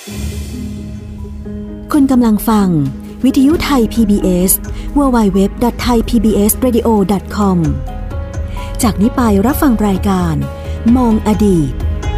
คุณกำลังฟังวิทยุไทย PBS www.thaipbsradio.com จากนี้ไปรับฟังรายการมองอดีต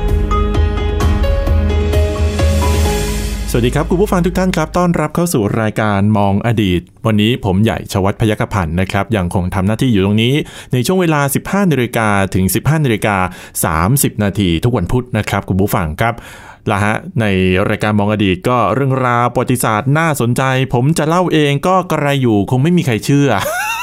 สวัสดีครับคุณผู้ฟังทุกท่านครับต้อนรับเข้าสู่รายการมองอดีตวันนี้ผมใหญ่ชวัฒน์พยัคฆพันธ์นะครับยังคงทำหน้าที่อยู่ตรงนี้ในช่วงเวลา 15:00 นถึง 15:30 นทุกวันพุธนะครับคุณผู้ฟังครับละฮะในรายการมองอดีตก็เรื่องราวประวัติศาสตร์น่าสนใจผมจะเล่าเองก็กระไรอยู่คงไม่มีใครเชื่อ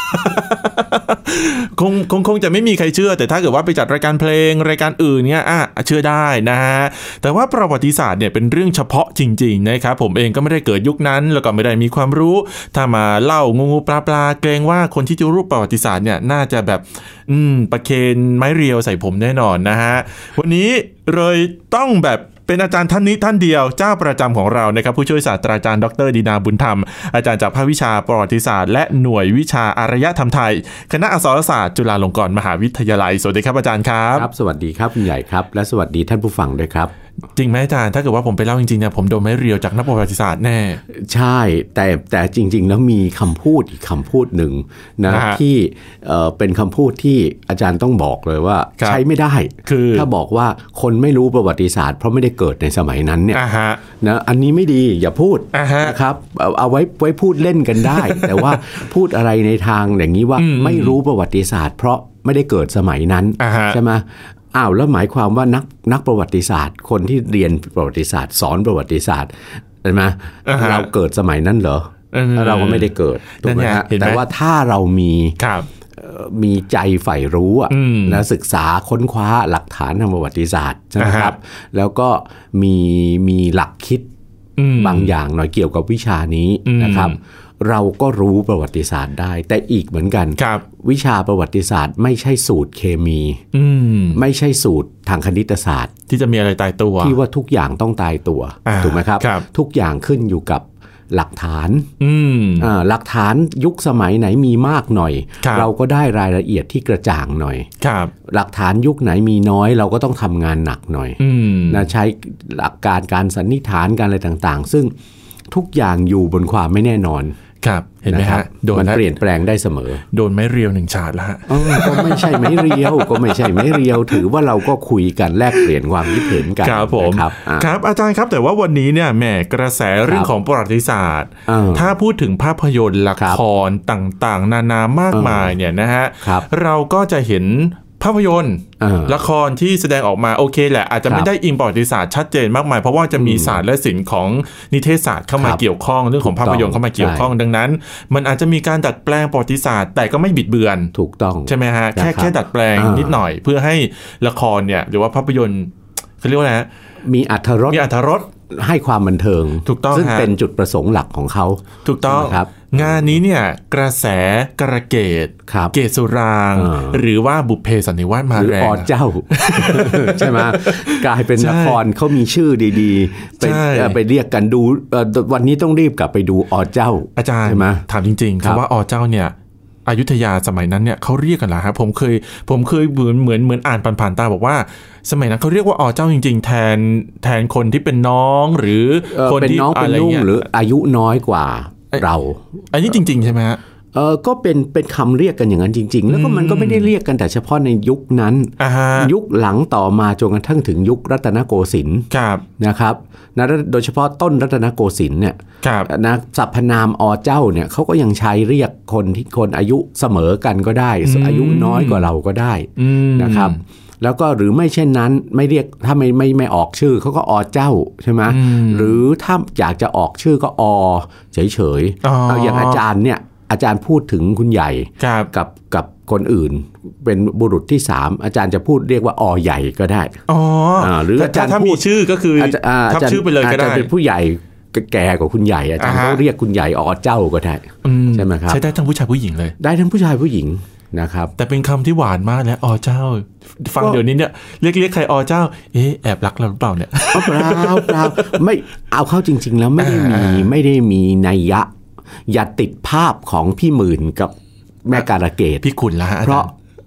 คงจะไม่มีใครเชื่อแต่ถ้าเกิดว่าไปจัดรายการเพลงรายการอื่นเนี่ยเชื่อได้นะฮะแต่ว่าประวัติศาสตร์เนี่ยเป็นเรื่องเฉพาะจริงๆนะครับผมเองก็ไม่ได้เกิดยุคนั้นแล้วก็ไม่ได้มีความรู้ถ้ามาเล่างูปลาเกรงว่าคนที่จะรู้ประวัติศาสตร์เนี่ยน่าจะแบบประเคนไม้เรียวใส่ผมแน่นอนนะฮะวันนี้เลยต้องแบบเป็นอาจารย์ท่านนี้ท่านเดียวเจ้าประจำของเรานะครับผู้ช่วยศาสตราจารย์ดร.ดีนาบุญธรรมอาจารย์จากภาควิชาประวัติศาสตร์และหน่วยวิชาอารยธรรมไทยคณะอักษรศาสตร์จุฬาลงกรณ์มหาวิทยาลัยสวัสดีครับอาจารย์ครับครับสวัสดีครับคุณใหญ่ครับและสวัสดีท่านผู้ฟังด้วยครับจริงไหมอาจารย์ถ้าเกิดว่าผมไปเล่าจริงๆเนี่ยผมโดนไม้เรียวจากนักประวัติศาสตร์แน่ใช่แต่จริงๆแล้วมีคำพูดอีกคำพูดหนึ่งนะที่เป็นคำพูดที่อาจารย์ต้องบอกเลยว่าใช้ไม่ได้คือถ้าบอกว่าคนไม่รู้ประวัติศาสตร์เพราะไม่ได้เกิดในสมัยนั้นเนี่ยนะอันนี้ไม่ดีอย่าพูดนะครับเอาไว้พูดเล่นกันได้ แต่ว่าพูดอะไรในทางอย่างนี้ว่าไม่รู้ประวัติศาสตร์เพราะไม่ได้เกิดสมัยนั้นใช่ไหมแล้วหมายความว่านักประวัติศาสตร์คนที่เรียนประวัติศาสตร์สอนประวัติศาสตร์ใช่ไหมเราเกิดสมัยนั้นเหรอเราก็ไม่ได้เกิดถูกไหมฮะแต่ว่าถ้าเรามีใจใฝ่รู้นะศึกษาค้นคว้าหลักฐานทางประวัติศาสตร์ใช่ไหมครับแล้วก็มีหลักคิดบางอย่างหน่อยเกี่ยวกับวิชานี้นะครับเราก็รู้ประวัติศาสตร์ได้แต่อีกเหมือนกันวิชาประวัติศาสตร์ไม่ใช่สูตรเคมีไม่ใช่สูตรทางคณิตศาสตร์ที่จะมีอะไรตายตัวที่ว่าทุกอย่างต้องตายตัวถูกไหมครับทุกอย่างขึ้นอยู่กับหลักฐานหลักฐานยุคสมัยไหนมีมากหน่อยเราก็ได้รายละเอียดที่กระจ่างหน่อยหลักฐานยุคไหนมีน้อยเราก็ต้องทำงานหนักหน่อยนะใช้หลักการสันนิษฐานการอะไรต่างๆซึ่งทุกอย่างอยู่บนความไม่แน่นอนครับเห็นไหมฮะมันเปลี่ยนแปลงได้เสมอโดนไม้เรียว1ฉาดแล้วฮะก็ไม่ใช่ไม้เรียวก็ไม่ใช่ไม้เรียวถือว่าเราก็คุยกันแลกเปลี่ยนความคิดเห็นกันครับผมครับอาจารย์ครับแต่ว่าวันนี้เนี่ยแหมกระแสเรื่องของประวัติศาสตร์ถ้าพูดถึงภาพยนตร์ละครต่างๆนานามากมายเนี่ยนะฮะเราก็จะเห็นภาพยนตร์ละครที่แสดงออกมาโอเคแหละอาจจะไม่ได้อิงประวัติศาสตร์ชัดเจนมากมายเพราะว่าจะมีศาสตร์และศิลป์ของนิเทศศาสตร์เข้ามาเกี่ยวข้องเรื่องของภาพยนตร์เข้ามาเกี่ยวข้องดังนั้นมันอาจจะมีการดัดแปลงประวัติศาสตร์แต่ก็ไม่บิดเบือนถูกต้องใช่ไหมฮะแค่ดัดแปลงนิดหน่อยเพื่อให้ละครเนี่ยหรือว่าภาพยนตร์เขาเรียกว่าอะไรมีอรรถรสให้ความบันเทิงถูกต้องซึ่งเป็นจุดประสงค์หลักของเขาถูกต้องครับงานนี้เนี่ยกระแสกระเกตเกศสุรางหรือว่าบุพเพสันนิวาสมาแรงหรืออเจ้า ใช่ไหมกลายเป็นละครเขามีชื่อดีๆไปเรียกกันดูวันนี้ต้องรีบกลับไปดูอเจ้าอาจารย์ถามจริงๆคำว่าอเจ้าเนี่ยอยุธยาสมัยนั้นเนี่ยเขาเรียกกันเหรอครับผมเคยเหมือนอ่านผ่านๆตาบอกว่าสมัยนั้นเขาเรียกว่าอเจ้าจริงๆแทนคนที่เป็นน้องหรือคนที่อะไรเงี้ยหรืออายุน้อยกว่าเราอันนี้จริงๆใช่ไหมฮะก็เป็นคำเรียกกันอย่างนั้นจริงๆแล้วก็มันก็ไม่ได้เรียกกันแต่เฉพาะในยุคนั้นยุคหลังต่อมาจนกระทั่งถึงยุครัตนโกสินทร์นะครับนะโดยเฉพาะต้นรัตนโกสินทร์เนี่ยนะสรรพนามอเจ้าเนี่ยเขาก็ยังใช้เรียกคนอายุเสมอกันก็ได้อายุน้อยกว่าเราก็ได้นะครับแล้วก็หรือไม่เช่นนั้นไม่เรียกถ้าไม่ออกชื่อเขาก็อเจ้าใช่ไหมหรือถ้าอยากจะออกชื่อก็เฉยๆอย่างอาจารย์เนี่ยอาจารย์พูดถึงคุณใหญ่กับคนอื่นเป็นบุรุษที่3อาจารย์จะพูดเรียกว่าใหญ่ก็ได้หรืออาจารย์ถ้ามีชื่อก็คือทับชื่อไปเลยก็ได้อาจารย์เป็นผู้ใหญ่แก่กว่าคุณใหญ่อาจารย์ก็เรียกคุณใหญ่เจ้าก็ได้ใช่ไหมครับใช้ได้ทั้งผู้ชายผู้หญิงเลยได้ทั้งผู้ชายผู้หญิงนะครับแต่เป็นคำที่หวานมากนะเจ้าฟังเดี๋ยวนี้เนี่ยเรียกใครเจ้าแอบรักเราหรือเปล่าเนี่ยเปล่าไม่เอาเข้าจริงๆแล้วไม่ได้มีนัยยะอย่าติดภาพของพี่หมื่นกับแม่การะเกดพี่ขุนละเพราะ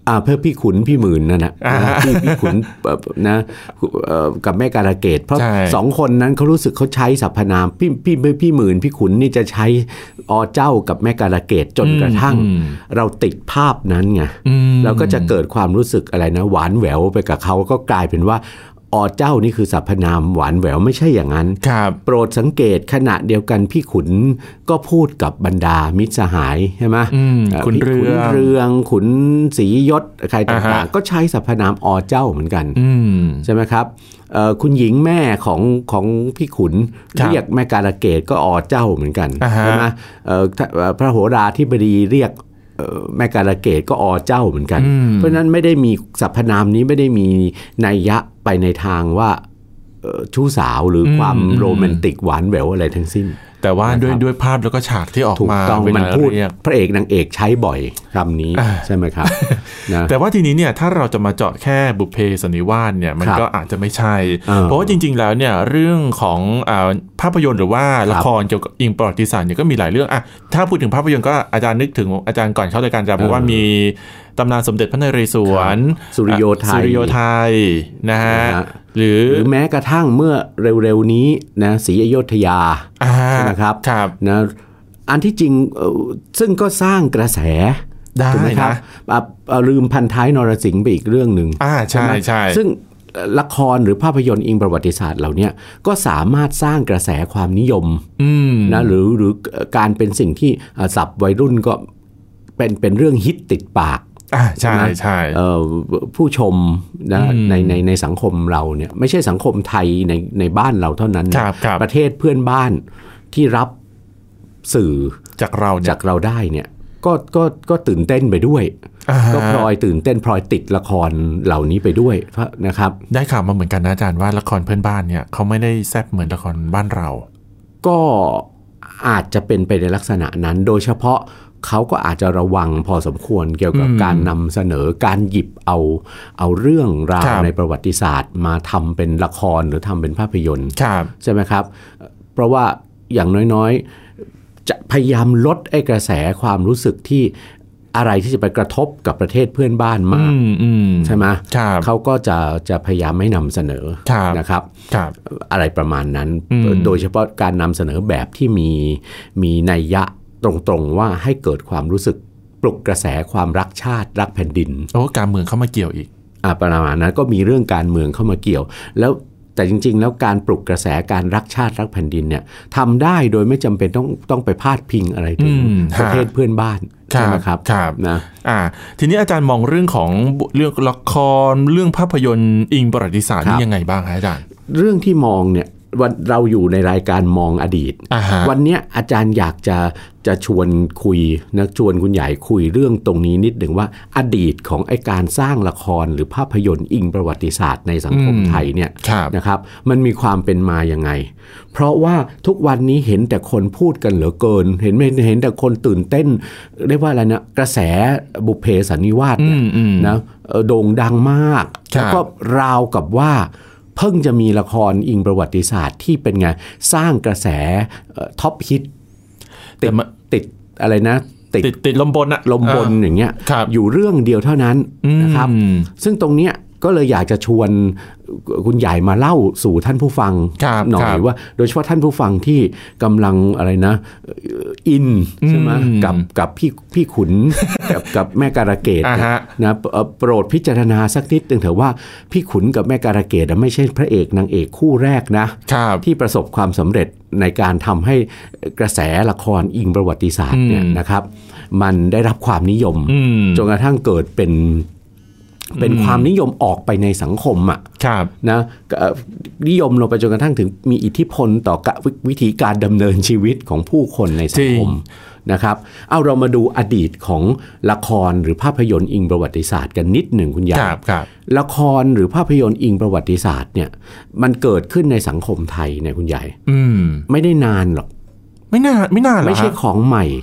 เพื่อพี่ขุนพี่หมื่นนั่นนะพี่ขุนนะกับแม่การะเกดเพราะสองคนนั้นเขารู้สึกเขาใช้สรรพนามพี่หมื่นพี่ขุนนี่จะใช้เจ้ากับแม่การะเกดจนกระทั่งเราติดภาพนั้นไงเราก็จะเกิดความรู้สึกอะไรนะหวานแหววไปกับเขาก็กลายเป็นว่าเจ้านี่คือสรรพนามหวานแหววไม่ใช่อย่างนั้นโปรดสังเกตขณะเดียวกันพี่ขุนก็พูดกับบรรดามิตรสหายใช่ไหมขุนเรืองขุนศรียศใครต่างๆก็ใช้สรรพนามเจ้าเหมือนกันใช่ไหมครับคุณหญิงแม่ของพี่ขุนเรียกแม่การะเกดก็เจ้าเหมือนกันใช่ไหมพระโหราธิบดีเรียกแม่การะเกดก็เจ้าเหมือนกันเพราะนั้นไม่ได้มีสรรพนามนี้ไม่ได้มีนัยยะไปในทางว่าชู้สาวหรือความโรแมนติกหวานแหววอะไรทั้งสิ้นแต่ว่าด้วยภาพแล้วก็ฉากที่ออกมามันพูดพระเอกนางเอกใช้บ่อยคำนี้ใช่ไหมครับนะแต่ว่าทีนี้เนี่ยถ้าเราจะมาเจาะแค่บุพเพสันนิวาสเนี่ยมันก็อาจจะไม่ใช่เพราะว่าจริงๆแล้วเนี่ยเรื่องของภาพยนตร์หรือว่าละครเกี่ยวกับอิงประวัติศาสตร์เนี่ยก็มีหลายเรื่องถ้าพูดถึงภาพยนตร์ก็อาจารย์นึกถึงอาจารย์ก่อนเข้ารายการจะบอกว่ามีตำนานสมเด็จพระนเรศวรสุริโยไทยนะฮะหรือแม้กระทั่งเมื่อเร็วๆนี้นะศรีอยุธยานะครับนะอันที่จริงซึ่งก็สร้างกระแสได้นะลืมพันท้ายนรสิงห์ไปอีกเรื่องหนึ่งใช่ใช่ซึ่งละครหรือภาพยนตร์อิงประวัติศาสตร์เหล่านี้ก็สามารถสร้างกระแสความนิยมนะหรือการเป็นสิ่งที่ศัพท์วัยรุ่นก็เป็นเรื่องฮิตติดปากใช่ใช่ผู้ชมนะในสังคมเราเนี่ยไม่ใช่สังคมไทยในบ้านเราเท่านั้นประเทศเพื่อนบ้านที่รับสื่อจากเราได้เนี่ยก็ตื่นเต้นไปด้วยก็พลอยตื่นเต้นพลอยติดละครเหล่านี้ไปด้วยนะครับได้ข่าวมาเหมือนกันนะอาจารย์ว่าละครเพื่อนบ้านเนี่ยเขาไม่ได้แซ่บเหมือนละครบ้านเราก็อาจจะเป็นไปในลักษณะนั้นโดยเฉพาะเขาก็อาจจะระวังพอสมควรเกี่ยวกับการนำเสนอการหยิบเอาเรื่องราวในประวัติศาสตร์มาทำเป็นละครหรือทำเป็นภาพยนตร์ใช่ไหมครับเพราะว่าอย่างน้อยๆจะพยายามลดไอ้กระแสความรู้สึกที่อะไรที่จะไปกระทบกับประเทศเพื่อนบ้านมากใช่ไหมเขาก็จะพยายามไม่นำเสนอนะครับอะไรประมาณนั้นโดยเฉพาะการนำเสนอแบบที่มีนัยยะตรงๆว่าให้เกิดความรู้สึกปลุกกระแสความรักชาติรักแผ่นดินการเมืองเข้ามาเกี่ยวอีกประมาณนั้นก็มีเรื่องการเมืองเข้ามาเกี่ยวแล้วแต่จริงๆแล้วการปลุกกระแสการรักชาติรักแผ่นดินเนี่ยทำได้โดยไม่จำเป็นต้องไปพาดพิงอะไรถึงประเทศเพื่อนบ้านใช่ไหมครับนะทีนี้อาจารย์มองเรื่องของเรื่องละครเรื่องภาพยนตร์อิงประวัติศาสตร์นี่ยังไงบ้างครับอาจารย์เรื่องที่มองเนี่ยวันเราอยู่ในรายการมองอดีตวันนี้อาจารย์อยากจะชวนคุยนะชวนคุณใหญ่คุยเรื่องตรงนี้นิดหนึ่งว่าอดีตของไอ้การสร้างละครหรือภาพยนตร์อิงประวัติศาสตร์ในสังคมไทยเนี่ยนะครับมันมีความเป็นมายังไงเพราะว่าทุกวันนี้เห็นแต่คนพูดกันเหลือเกินเห็นแต่คนตื่นเต้นเรียกว่าอะไรนะกระแสบุพเพสันนิวาสเนี่ยนะโด่งดังมากแล้วก็ราวกับว่าเพิ่งจะมีละครอิงประวัติศาสตร์ที่เป็นไงสร้างกระแสท็อปฮิตติดอะไรนะติดลมบนอะลมบนอย่างเงี้ยอยู่เรื่องเดียวเท่านั้นนะครับซึ่งตรงเนี้ยก็เลยอยากจะชวนคุณใหญ่มาเล่าสู่ท่านผู้ฟังหน่อยว่าโดยเฉพาะท่านผู้ฟังที่กำลังอะไรนะอินใช่ไหมกับพี่ขุนกับแม่การะเกดนะโปรดพิจารณาสักนิดนึงเถอะว่าพี่ขุนกับแม่การะเกดไม่ใช่พระเอกนางเอกคู่แรกนะที่ประสบความสำเร็จในการทำให้กระแสละครอิงประวัติศาสตร์เนี่ยนะครับมันได้รับความนิยมจนกระทั่งเกิดเป็นความนิยมออกไปในสังคมนะนิยมลงไปจนกระทั่งถึงมีอิทธิพลต่อวิธีการดำเนินชีวิตของผู้คนในสังคมนะครับเอาเรามาดูอดีตของละครหรือภาพยนตร์อิงประวัติศาสตร์กันนิดหนึ่งคุณใหญ่ละครหรือภาพยนตร์อิงประวัติศาสตร์เนี่ยมันเกิดขึ้นในสังคมไทยเนี่ยคุณใหญ่ไม่ได้นานหรอกไม่นานไม่ใช่ของใหม่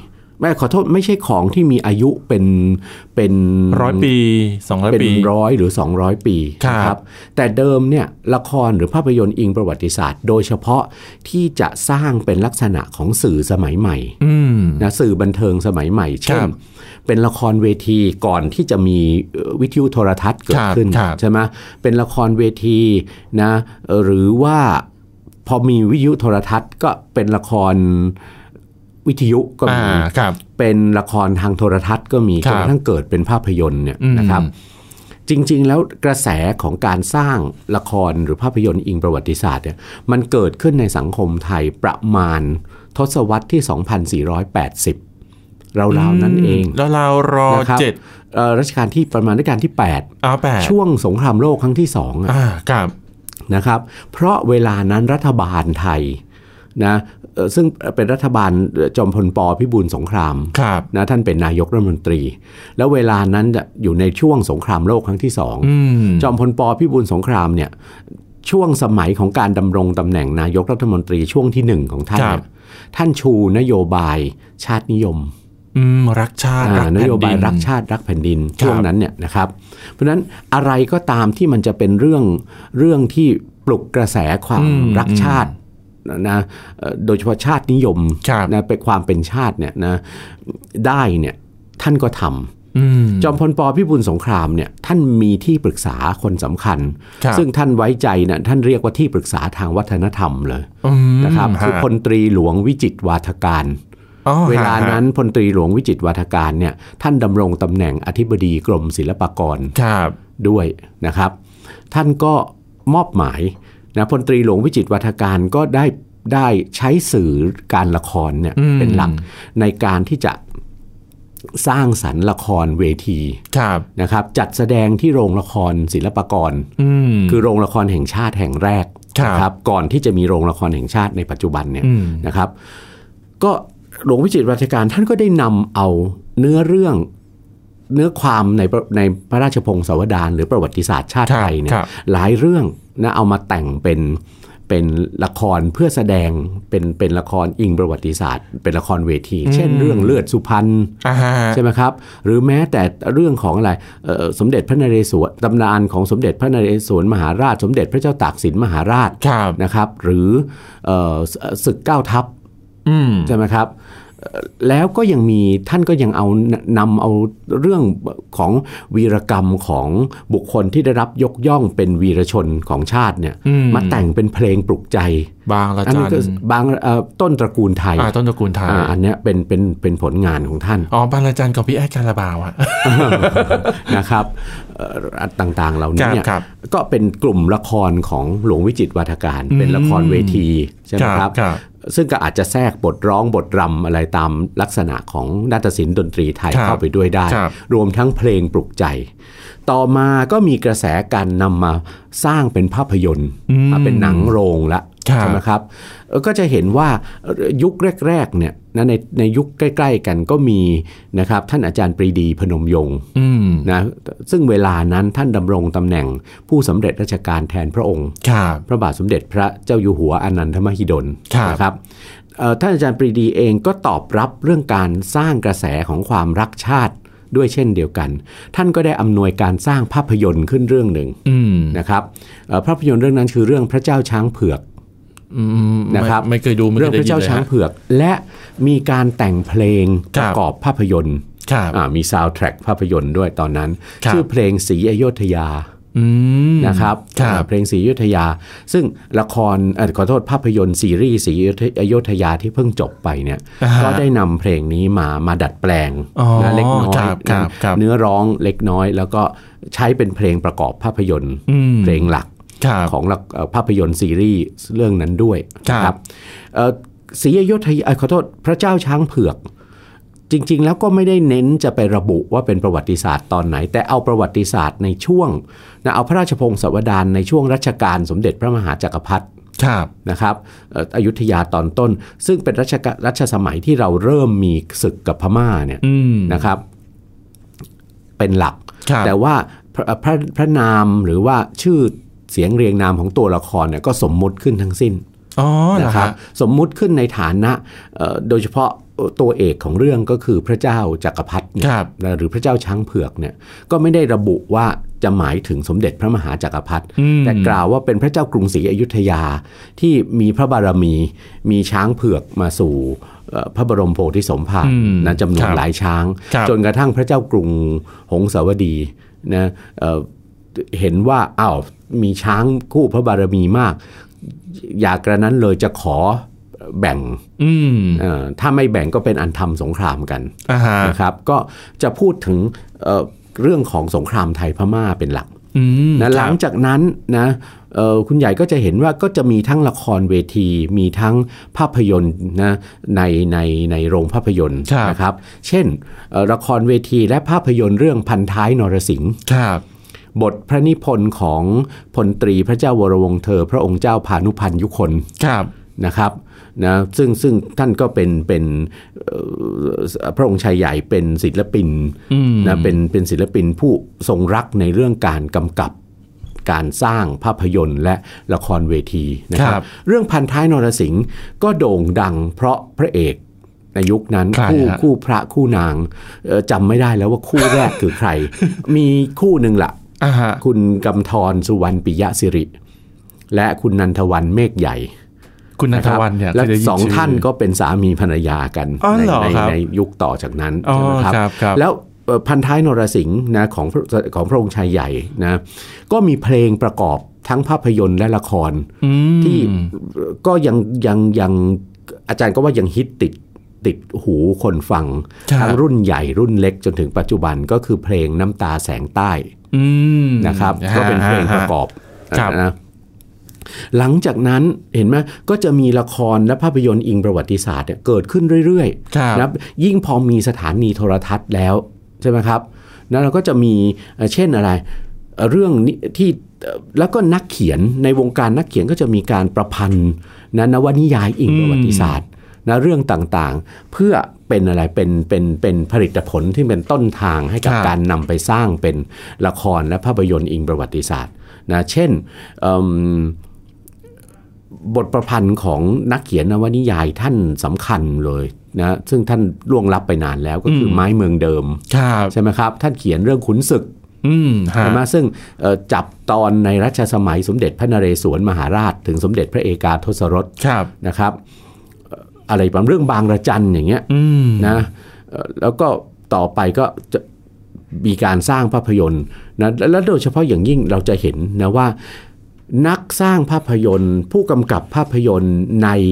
ขอโทษไม่ใช่ของที่มีอายุเป็น 100 ปี200 ปีเป็น100หรือ200 ปีครับแต่เดิมเนี่ยละครหรือภาพยนตร์อิงประวัติศาสตร์โดยเฉพาะที่จะสร้างเป็นลักษณะของสื่อสมัยใหม่นะสื่อบันเทิงสมัยใหม่เช่นเป็นละครเวทีก่อนที่จะมีวิทยุโทรทัศน์เกิดขึ้นใช่ไหมเป็นละครเวทีนะหรือว่าพอมีวิทยุโทรทัศน์ก็เป็นละครวิทยุก็มีเป็นละครทางโทรทัศน์ก็มีจนกระทั่งเกิดเป็นภาพยนตร์เนี่ยนะครับจริงๆแล้วกระแสของการสร้างละครหรือภาพยนตร์อิงประวัติศาสตร์เนี่ยมันเกิดขึ้นในสังคมไทยประมาณทศวรรษที่ 2480ราวๆนั้นเองแล้วเรารอ7 รัชกาลที่ประมาณรัชกาลที่8ช่วงสงครามโลกครั้งที่2 ครับนะครับเพราะเวลานั้นรัฐบาลไทยนะซึ่งเป็นรัฐบาลจอมพลป.พิบูลสงครามนะท่านเป็นนายกรัฐมนตรีแล้วเวลานั้นอยู่ในช่วงสงครามโลกครั้งที่2จอมพลป.พิบูลสงครามเนี่ยช่วงสมัยของการดำรงตำแหน่งนายกรัฐมนตรีช่วงที่1ของท่านท่านชูนโยบายชาตินิยมรักชาติรักแผ่นดินนโยบายรักชาติรักแผ่นดินช่วงนั้นเนี่ยนะครับเพราะฉะนั้นอะไรก็ตามที่มันจะเป็นเรื่องที่ปลุกกระแสความรักชาตินะโดยเฉพาะชาตินิยมนะเป็นความเป็นชาติเนี่ยนะได้เนี่ยท่านก็ทำจอมพลป.พิบูลสงครามเนี่ยท่านมีที่ปรึกษาคนสำคัญซึ่งท่านไว้ใจนะท่านเรียกว่าที่ปรึกษาทางวัฒนธรรมเลยนะครับคือพลตรีหลวงวิจิตรวาทการเวลานั้นพลตรีหลวงวิจิตรวาทการเนี่ยท่านดำรงตำแหน่งอธิบดีกรมศิลปากรด้วยนะครับท่านก็มอบหมายนะพลตรีหลวงวิจิตรวาทการก็ได้ใช้สื่อการละครเนี่ยเป็นหลักในการที่จะสร้างสรรค์ละครเวทีนะครับจัดแสดงที่โรงละครศิลปากรคือโรงละครแห่งชาติแห่งแรกนะครับก่อนที่จะมีโรงละครแห่งชาติในปัจจุบันเนี่ยนะครับก็หลวงวิจิตรวาทการท่านก็ได้นำเอาเนื้อความในพระราชพงศาวดารหรือประวัติศาสตร์ชาติไทยเนี่ยหลายเรื่องนะเอามาแต่งเป็นละครเพื่อแสดงเป็นละครอิงประวัติศาสตร์เป็นละครเวทีเช่นเรื่องเลือดสุพรรณใช่ไหมครับหรือแม้แต่เรื่องของอะไรสมเด็จพระนเรศวรตำนานของสมเด็จพระนเรศวรมหาราชสมเด็จพระเจ้าตากสินมหาราชนะครับหรือศึก9 ทัพใช่ไหมครับแล้วก็ยังมีท่านก็ยังนำเอาเรื่องของวีรกรรมของบุคคลที่ได้รับยกย่องเป็นวีรชนของชาติเนี่ยมาแต่งเป็นเพลงปลุกใจบางละจันบางต้นตระกูลไทยต้นตระกูลไทยอันนี้เป็นผลงานของท่านบางละจันกับพี่แอดการาบาวอะนะครับต่างๆเหล่านี้เนี่ยก็เป็นกลุ่มละครของหลวงวิจิตรวาทการเป็นละครเวทีใช่ไหมครับซึ่งก็อาจจะแทรกบทร้องบทรำอะไรตามลักษณะของนาฏศิลป์ดนตรีไทยเข้าไปด้วยได้รวมทั้งเพลงปลุกใจต่อมาก็มีกระแสการนำมาสร้างเป็นภาพยนตร์เป็นหนังโรงละใช่ไหมครับก็จะเห็นว่ายุคแรกๆเนี่ยในยุคใกล้ๆกันก็มีนะครับท่านอาจารย์ปรีดีพนมยงค์นะซึ่งเวลานั้นท่านดำรงตำแหน่งผู้สำเร็จราชการแทนพระองค์พระบาทสมเด็จพระเจ้าอยู่หัวอนันทมหิดลนะครับท่านอาจารย์ปรีดีเองก็ตอบรับเรื่องการสร้างกระแสของความรักชาติด้วยเช่นเดียวกันท่านก็ได้อำนวยการสร้างภาพยนตร์ขึ้นเรื่องหนึ่งนะครับภาพยนตร์เรื่องนั้นคือเรื่องพระเจ้าช้างเผือกนะครับไม่เคยดูเรื่องพระเจ้าช้างเผือกและมีการแต่งเพลงประกอบภาพยนตร์มีซาวด์แทร็กภาพยนตร์ด้วยตอนนั้นชื่อเพลงศรีอโยธยานะครับเพลงศรีอโยธยาซึ่งละครขอโทษภาพยนตร์ซีรีส์ศรีอโยธยาที่เพิ่งจบไปเนี่ยก็ได้นำเพลงนี้มาดัดแปลงเล็กน้อยเนื้อร้องเล็กน้อยแล้วก็ใช้เป็นเพลงประกอบภาพยนตร์เพลงหลักของภาพยนตร์ซีรีส์เรื่องนั้นด้วยครับศรีอโยธยาขอโทษพระเจ้าช้างเผือกจริงๆแล้วก็ไม่ได้เน้นจะไประบุว่าเป็นประวัติศาสตร์ตอนไหนแต่เอาประวัติศาสตร์ในช่วงเอาพระราชพงศาวดารในช่วงรัชกาลสมเด็จพระมหาจักรพรรดินะครับอยุธยาตอนต้นซึ่งเป็นรัชสมัยที่เราเริ่มมีศึกกับพม่าเนี่ยนะครับเป็นหลักแต่ว่าพระนามหรือว่าชื่อเสียงเรียงนามของตัวละครเนี่ยก็สมมุติขึ้นทั้งสิ้นนะครับสมมุติขึ้นในฐานะโดยเฉพาะตัวเอกของเรื่องก็คือพระเจ้าจักรพรรดิหรือพระเจ้าช้างเผือกเนี่ยก็ไม่ได้ระบุว่าจะหมายถึงสมเด็จพระมหาจักรพรรดิแต่กล่าวว่าเป็นพระเจ้ากรุงศรีอยุธยาที่มีพระบารมีมีช้างเผือกมาสู่พระบรมโพธิสมภารนะจำนวนหลายช้างจนกระทั่งพระเจ้ากรุงหงสาวดีนะเห็นว่ามีช้างคู่พระบารมีมากอยากกระนั้นเลยจะขอแบ่งถ้าไม่แบ่งก็เป็นอันทำสงครามกันนะครับก็จะพูดถึงเรื่องของสงครามไทยพม่าเป็นหลักนะหลังจากนั้นนะคุณใหญ่ก็จะเห็นว่าก็จะมีทั้งละครเวทีมีทั้งภาพยนตร์นะในโรงภาพยนตร์นะครับเช่นละครเวทีและภาพยนตร์เรื่องพันท้ายนรสิงห์บทพระนิพนธ์ของพลตรีพระเจ้าวรวงศ์เธอพระองค์เจ้าพานุพันธ์ยุคนนะครับนะซึ่งท่านก็เป็นพระองค์ชายใหญ่เป็นศิลปินนะเป็นศิลปินผู้ทรงรักในเรื่องการกำกับการสร้างภาพยนตร์และละครเวทีนะครับเรื่องพันท้ายนรสิงห์ก็โด่งดังเพราะพระเอกในยุคนั้นคู่พระคู่นางจำไม่ได้แล้วว่าคู่แรกคือใคร มีคู่หนึ่งละคุณกำธรสุวรรณปิยะสิริและคุณนันทวรรณเมฆใหญ่คุณนันทวรรณเนี่ยและสองท่านก็เป็นสามีภรรยากันในยุคต่อจากนั้นใช่ไหมครับแล้วพันท้ายนรสิงห์นะของพระองค์ชายใหญ่นะก็มีเพลงประกอบทั้งภาพยนตร์และละครที่ก็ยังอาจารย์ก็ว่ายังฮิตติดหูคนฟังทั้งรุ่นใหญ่รุ่นเล็กจนถึงปัจจุบันก็คือเพลงน้ำตาแสงใต้นะครับก็เป็นเพลงประกอบนะหลังจากนั้นเห็นไหมก็จะมีละครและภาพยนตร์อิงประวัติศาสตร์เกิดขึ้นเรื่อยๆนะยิ่งพอมีสถานีโทรทัศน์แล้วใช่ไหมครับแล้วเราก็จะมีเช่นอะไรเรื่องที่แล้วก็นักเขียนในวงการนักเขียนก็จะมีการประพันธ์นวนิยายอิงประวัติศาสตร์นะเรื่องต่างๆเพื่อเป็นอะไรเป็นผลิตผลที่เป็นต้นทางให้กับการนำไปสร้างเป็นละครและภาพยนตร์อิงประวัติศาสตร์นะเช่นบทประพันธ์ของนักเขียนนวนิยายท่านสำคัญเลยนะซึ่งท่านล่วงลับไปนานแล้วก็คือไม้เมืองเดิมใช่ไหมครับท่านเขียนเรื่องขุนศึกใช่ไหมซึ่งจับตอนในรัชสมัยสมเด็จพระนเรศวรมหาราชถึงสมเด็จพระเอกาทศรสนะครับอะไรบางเรื่องบางระจันอย่างเงี้ยนะแล้วก็ต่อไปก็จะมีการสร้างภาพยนตร์นะและโดยเฉพาะอย่างยิ่งเราจะเห็นนะว่านักสร้างภาพยนตร์ผู้กำกับภาพยนตร์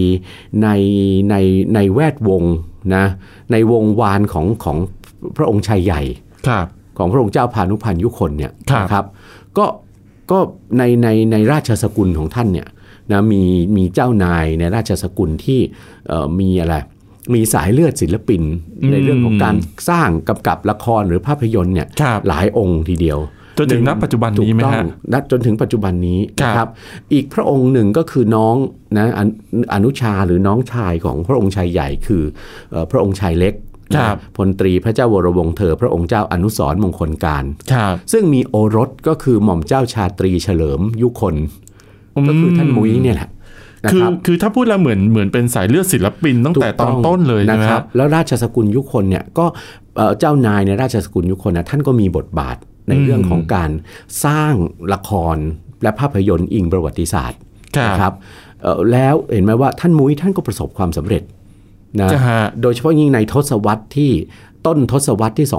ในแวดวงนะในวงวานของพระองค์ชายใหญ่ของพระองค์เจ้าพานุพันธ์ยุคนเนี่ยนะครับก็ในราชสกุลของท่านเนี่ยนะมีเจ้านายในราชสกุลที่มีอะไรมีสายเลือดศิลปินในเรื่องของการสร้างกำกับละครหรือภาพยนตร์เนี่ยหลายองค์ทีเดียวจนถึงณปัจจุบันนี้ไหมฮะจนถึงปัจจุบันนี้นะครับอีกพระองค์หนึ่งก็คือน้องนะอนุชาหรือน้องชายของพระองค์ชายใหญ่คือพระองค์ชายเล็กพลตรีพระเจ้าวรวงศ์เธอพระองค์เจ้าอนุสรณ์มงคลการซึ่งมีโอรสก็คือหม่อมเจ้าชาตรีเฉลิมยุคนก็คือท่านมุ้ยเนี่ยแหละคือถ้าพูดแล้วเหมือนเป็นสายเลือดศิลปินตั้งแต่ตอนต้นเลยนะครับแล้วราชสกุลยุคนเนี่ยก็เจ้านายในราชสกุลยุคนนะท่านก็มีบทบาทในเรื่องของการสร้างละครและภาพยนตร์อิงประวัติศาสตร์นะครับแล้วเห็นไหมว่าท่านมุ้ยท่านก็ประสบความสำเร็จนะโดยเฉพาะยิ่งในทศวรรษที่ต้นทศวรรษที่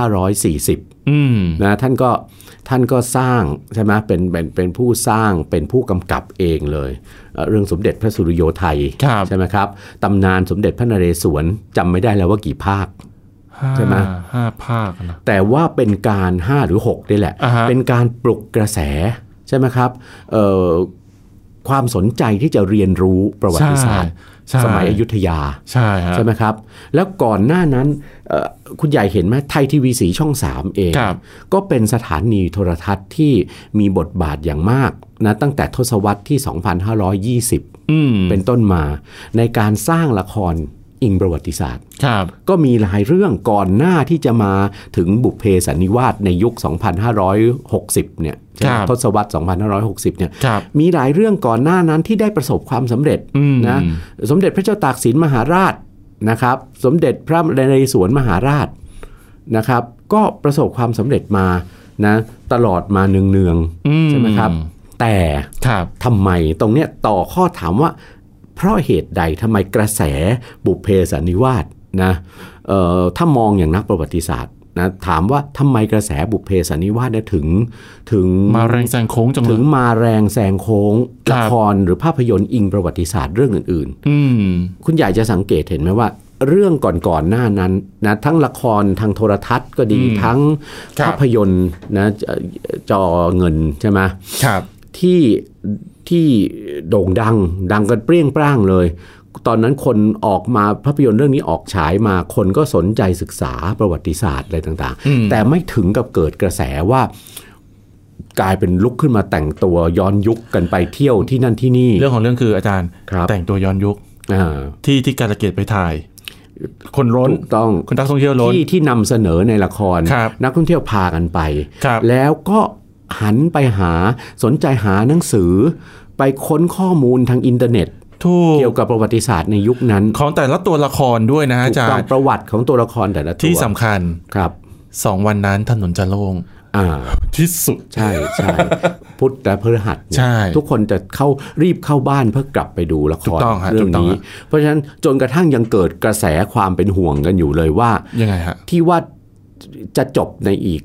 2540นะท่านก็สร้างใช่ไหมเป็นผู้สร้างเป็นผู้กำกับเองเลยเรื่องสมเด็จพระสุริโยไทยใช่ไหมครับตำนานสมเด็จพระนเรศวรจำไม่ได้แล้วว่ากี่ภาคใช่ไหม 5 ภาคนะแต่ว่าเป็นการ5หรือ6นี่แหละเป็นการปลุกกระแสใช่ไหมครับความสนใจที่จะเรียนรู้ประวัติศาสตร์สมัยอยุธยาใช่ไหมครับแล้วก่อนหน้านั้นคุณใหญ่เห็นไหมไทยทีวีสีช่อง3เองก็เป็นสถานีโทรทัศน์ที่มีบทบาทอย่างมากนะตั้งแต่ทศวรรษที่ 2520เป็นต้นมาในการสร้างละครอิงประวัติศาสตร์ก็มีหลายเรื่องก่อนหน้าที่จะมาถึงบุพเพสันนิวาสในยุค 2560 เนี่ยทศวรรษ 2560 เนี่ยมีหลายเรื่องก่อนหน้านั้นที่ได้ประสบความสำเร็จนะสมเด็จพระเจ้าตากสินมหาราชนะครับสมเด็จพระนเรศวรมหาราชนะครับก็ประสบความสำเร็จมานะตลอดมาเนืองๆใช่ไหมครับแต่ทำไมตรงเนี้ยต่อข้อถามว่าเพราะเหตุใดทำไมกระแสบุพเพสันนิวาสนะถ้ามองอย่างนักประวัติศาสตร์นะถามว่าทำไมกระแสบุพเพสันนิวาสเนี่ยถึงมาแรงแซงโค้งจังเลยถึงมาแรงแซงโค้งละครหรือภาพยนตร์อิงประวัติศาสตร์เรื่องอื่นๆคุณใหญ่จะสังเกตเห็นไหมว่าเรื่องก่อนหน้านั้นนะทั้งละครทางโทรทัศน์ก็ดีทั้งภาพยนตร์นะจอเงินใช่ไหมที่โด่งดังกันเปรี้ยงปร้างเลยตอนนั้นคนออกมาภาพยนตร์เรื่องนี้ออกฉายมาคนก็สนใจศึกษาประวัติศาสตร์อะไรต่างๆแต่ไม่ถึงกับเกิดกระแสว่ากลายเป็นลุกขึ้นมาแต่งตัวย้อนยุคกันไปเที่ยวที่นั่นที่นี่เรื่องของเรื่องคืออาจารย์แต่งตัวย้อนยุคที่กาฬเกตไปถ่ายคนล้นต้องคนนักท่องเที่ยวล้นที่นำเสนอในละครนักท่องเที่ยวพากันไปแล้วก็หันไปสนใจหาหนังสือไปค้นข้อมูลทางอินเทอร์เน็ตเกี่ยวกับประวัติศาสตร์ในยุคนั้นของแต่ละตัวละครด้วยนะอาจารย์ประวัติของตัวละครแต่ละตัวที่สำคัญครับ 2 วันนั้นถนนจะโล่งที่สุดใช่พุธและพฤหัสทุกคนจะรีบเข้าบ้านเพื่อกลับไปดูละครเรื่องนี้เพราะฉะนั้นจนกระทั่งยังเกิดกระแสความเป็นห่วงกันอยู่เลยว่ายังไงฮะที่ว่าจะจบในอีก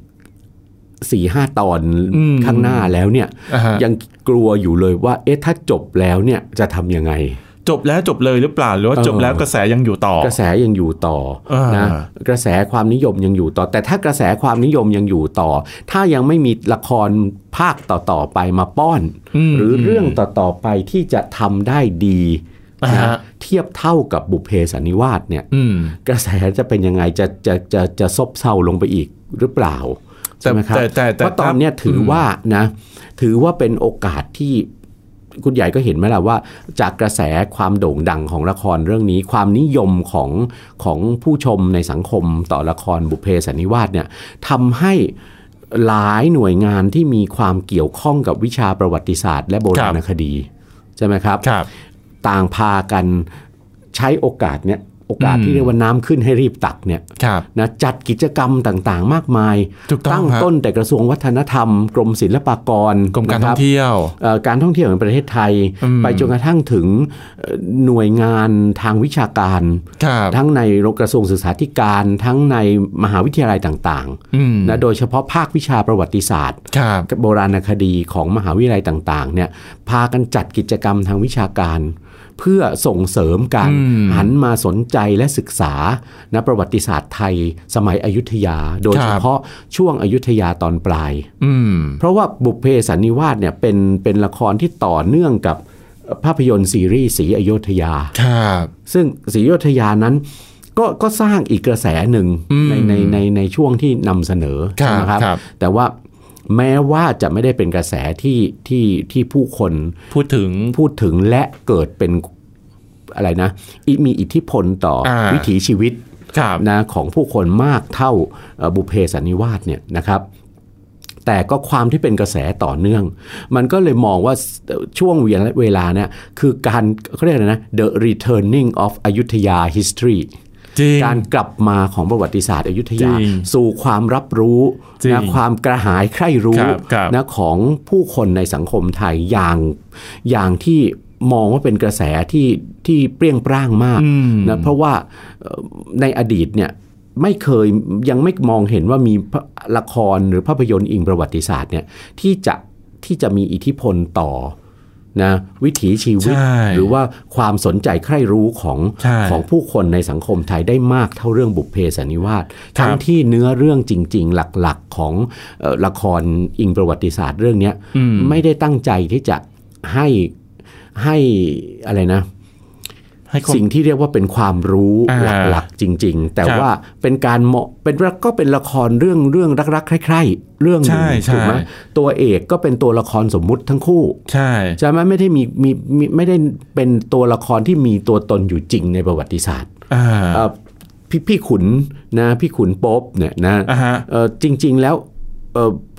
4-5 ตอนข้างหน้าแล้วเนี่ยยังกลัวอยู่เลยว่าถ้าจบแล้วเนี่ยจะทำยังไงจบแล้วจบเลยหรือเปล่าหรือว่าจบแล้วกระแสยังอยู่ต่อกระแสยังอยู่ต่อนะกระแสความนิยมยังอยู่ต่อแต่ถ้ากระแสความนิยมยังอยู่ต่อถ้ายังไม่มีละครภาคต่อๆไปมาป้อนหรือเรื่องต่อๆไปที่จะทำได้ดีนะเทียบเท่ากับบุพเพสันนิวาสเนี่ยกระแสจะเป็นยังไงจะซบเซาลงไปอีกหรือเปล่าใช่ไหมครับเพราะตอนนี้ถือว่าเป็นโอกาสที่คุณใหญ่ก็เห็นไหมล่ะว่าจากกระแสความโด่งดังของละครเรื่องนี้ความนิยมของผู้ชมในสังคมต่อละครบุพเพสันนิวาสเนี่ยทำให้หลายหน่วยงานที่มีความเกี่ยวข้องกับวิชาประวัติศาสตร์และโบราณคดีใช่ไหมครับต่างพากันใช้โอกาสที่เรียกว่าน้ำขึ้นให้รีบตักเนี่ยนะจัดกิจกรรมต่างๆมากมายตั้งต้นแต่กระทรวงวัฒนธรรมกรมศิลปากรกรมการท่องเที่ยวการท่องเที่ยวแห่งประเทศไทยไปจนกระทั่งถึงหน่วยงานทางวิชาการทั้งในกระทรวงศึกษาธิการทั้งในมหาวิทยาลัยต่างๆนะโดยเฉพาะภาควิชาประวัติศาสตร์โบราณคดีของมหาวิทยาลัยต่างๆเนี่ยพากันจัดกิจกรรมทางวิชาการเพื่อส่งเสริมการหันมาสนใจและศึกษาประวัติศาสตร์ไทยสมัยอยุธยาโดยเฉพาะช่วงอยุธยาตอนปลายเพราะว่าบุพเพสันนิวาสเนี่ยเป็นละครที่ต่อเนื่องกับภาพยนตร์ซีรีส์ศรีอยุธยาซึ่งศรีอยุธยานั้นก็สร้างอีกกระแสหนึ่งในช่วงที่นำเสนอนะครับแต่ว่าแม้ว่าจะไม่ได้เป็นกระแสที่ผู้คนพูดถึงและเกิดเป็นอะไรนะมีอิทธิพลต่อวิถีชีวิตนะของผู้คนมากเท่าบุพเพสันนิวาสเนี่ยนะครับแต่ก็ความที่เป็นกระแสต่อเนื่องมันก็เลยมองว่าช่วงเวลาเนี่ยคือการเขาเรียกอะไรนะ The Returning of Ayutthaya Historyการกลับมาของประวัติศาสตร์อยุธยาสู่ความรับรู้นะความกระหายใคร่รู้นะของผู้คนในสังคมไทยอย่างที่มองว่าเป็นกระแสที่เปรี้ยงปร้างมากนะเพราะว่าในอดีตเนี่ยยังไม่มองเห็นว่ามีละครหรือภาพยนตร์อิงประวัติศาสตร์เนี่ยที่จะมีอิทธิพลต่อนะวิถีชีวิตหรือว่าความสนใจใคร่รู้ของผู้คนในสังคมไทยได้มากเท่าเรื่องบุพเพสันนิวาสทั้งที่เนื้อเรื่องจริงๆหลักๆของละครอิงประวัติศาสตร์เรื่องนี้ไม่ได้ตั้งใจที่จะให้อะไรนะสิ่งที่เรียกว่าเป็นความรู้หลักๆจริงๆแต่ว่าเป็นการก็เป็นละครเรื่องรักๆใคร่ๆเรื่องนึงถูกไหมตัวเอกก็เป็นตัวละครสมมุติทั้งคู่ใช่ไหมไม่ได้ไม่ได้เป็นตัวละครที่มีตัวตนอยู่จริงในประวัติศาสตร์พี่ขุนนะพี่ขุนโป๊ปเนี่ยนะจริงๆแล้ว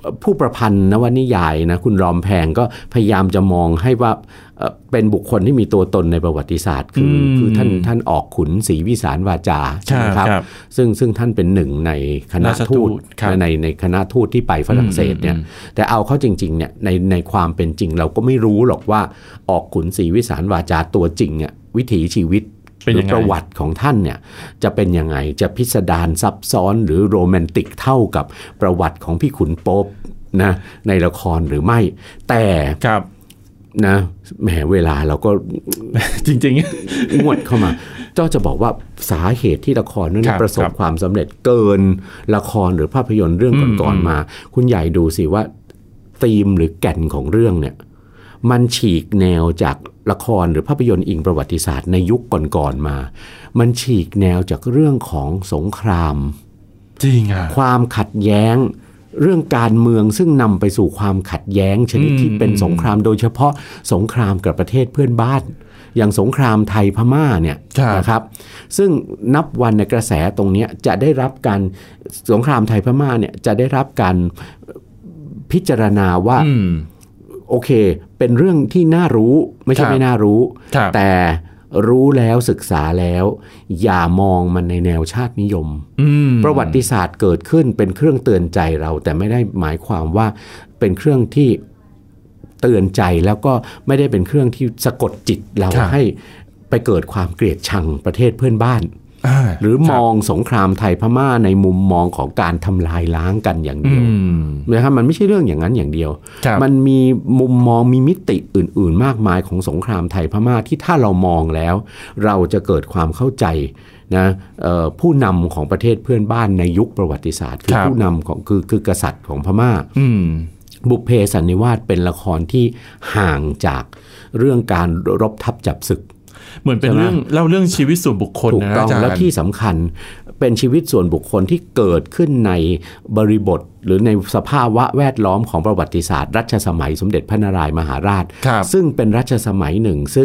ผู้ประพันธ์นวนิยายนะคุณรอมแพงก็พยายามจะมองให้ว่าเป็นบุคคลที่มีตัวตนในประวัติศาสตร์คือท่านออกขุนศรีวิสารวาจาใช่ไหมครับซึ่งท่านเป็นหนึ่งในคณะทูตในคณะทูตที่ไปฝรั่งเศสเนี่ยแต่เอาเข้าจริงๆเนี่ยในความเป็นจริงเราก็ไม่รู้หรอกว่าออกขุนศรีวิสารวาจาตัวจริงเนี่ยวิถีชีวิตหรือประวัติของท่านเนี่ยจะเป็นยังไงจะพิสดารซับซ้อนหรือโรแมนติกเท่ากับประวัติของพี่ขุนโป๊ปนะในละครหรือไม่แต่นะแหมเวลาเราก็จริงๆงวดเข้ามาจะบอกว่าสาเหตุที่ละครนั้นประสบความสำเร็จเกินละครหรือภาพยนตร์เรื่องก่อนๆมาคุณใหญ่ดูสิว่าธีมหรือแก่นของเรื่องเนี่ยมันฉีกแนวจากละครหรือภาพยนตร์อิงประวัติศาสตร์ในยุคก่อนๆมามันฉีกแนวจากเรื่องของสงครามจริงอ่ะความขัดแย้งเรื่องการเมืองซึ่งนำไปสู่ความขัดแย้งชนิดที่เป็นสงครามโดยเฉพาะสงครามกับประเทศเพื่อนบ้านอย่างสงครามไทยพม่าเนี่ยนะครับซึ่งนับวันในกระแสตรงนี้จะได้รับการสงครามไทยพม่าเนี่ยจะได้รับการพิจารณาว่าโอเคเป็นเรื่องที่น่ารู้ไม่ใช่ไม่น่ารู้แต่รู้แล้วศึกษาแล้วอย่ามองมันในแนวชาตินิยมประวัติศาสตร์เกิดขึ้นเป็นเครื่องเตือนใจเราแต่ไม่ได้หมายความว่าเป็นเครื่องที่เตือนใจแล้วก็ไม่ได้เป็นเครื่องที่สะกดจิตเราให้ไปเกิดความเกลียดชังประเทศเพื่อนบ้านหรือมองสงครามไทยพม่าในมุมมองของการทำลายล้างกันอย่างเดียวนะครับมันไม่ใช่เรื่องอย่างนั้นอย่างเดียวมันมีมุมมองมีมิติอื่นๆมากมายของสงครามไทยพม่าที่ถ้าเรามองแล้วเราจะเกิดความเข้าใจนะผู้นำของประเทศเพื่อนบ้านในยุคประวัติศาสตร์คือผู้นำของคือกษัตริย์ของพม่าบุพเพสันนิวาสเป็นละครที่ห่างจากเรื่องการรบทับจับศึกเหมือนเป็นเรื่องเล่าเรื่องชีวิตส่วนบุคคลนะอาจารย์และที่สำคัญเป็นชีวิตส่วนบุคคลที่เกิดขึ้นในบริบทหรือในสภาวะแวดล้อมของประวัติศาสตร์รัชสมัยสมเด็จพระนารายมหาราชซึ่งเป็นรัชสมัยหนึ่งซึ่ง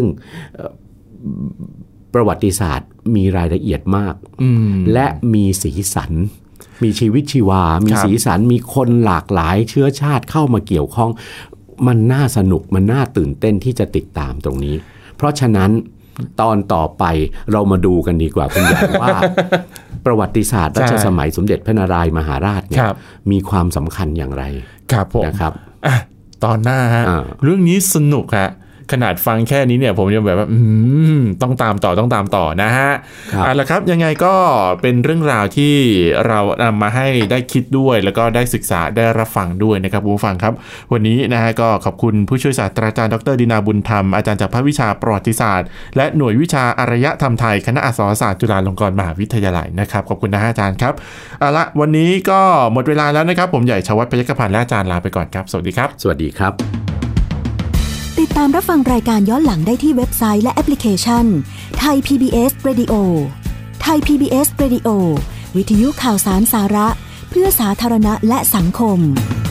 ประวัติศาสตร์มีรายละเอียดมากและมีสีสันมีชีวิตชีวามีสีสันมีคนหลากหลายเชื้อชาติเข้ามาเกี่ยวข้องมันน่าสนุกมันน่าตื่นเต้นที่จะติดตามตรงนี้เพราะฉะนั้นตอนต่อไปเรามาดูกันดีกว่าคุณใหญ่ว่าประวัติศาสตร์รัชสมัยสมเด็จพระนารายมหาราชเนี่ยมีความสำคัญอย่างไรนะครับตอนหน้าฮะเรื่องนี้สนุกฮะขนาดฟังแค่นี้เนี่ยผมยังแบบว่าต้องตามต่อนะฮะเอาละครับยังไงก็เป็นเรื่องราวที่เรานำมาให้ได้คิดด้วยแล้วก็ได้ศึกษาได้รับฟังด้วยนะครับผู้ฟังครับวันนี้นะฮะก็ขอบคุณผู้ช่วยศาสตราจารย์ดร.ดินาบุญธรรมอาจารย์จากภาควิชาประวัติศาสตร์และหน่วยวิชาอารยธรรมไทยคณะอักษรศาสตร์จุฬาลงกรณ์มหาวิทยาลัยนะครับขอบคุณนะฮะอาจารย์ครับเอาละวันนี้ก็หมดเวลาแล้วนะครับผมใหญ่ชวัฒน์ พยัคฆพันธ์และอาจารย์ลาไปก่อนครับสวัสดีครับสวัสดีครับติดตามรับฟังรายการย้อนหลังได้ที่เว็บไซต์และแอปพลิเคชัน Thai PBS Radio Thai PBS Radio วิทยุข่าวสารสาระเพื่อสาธารณะและสังคม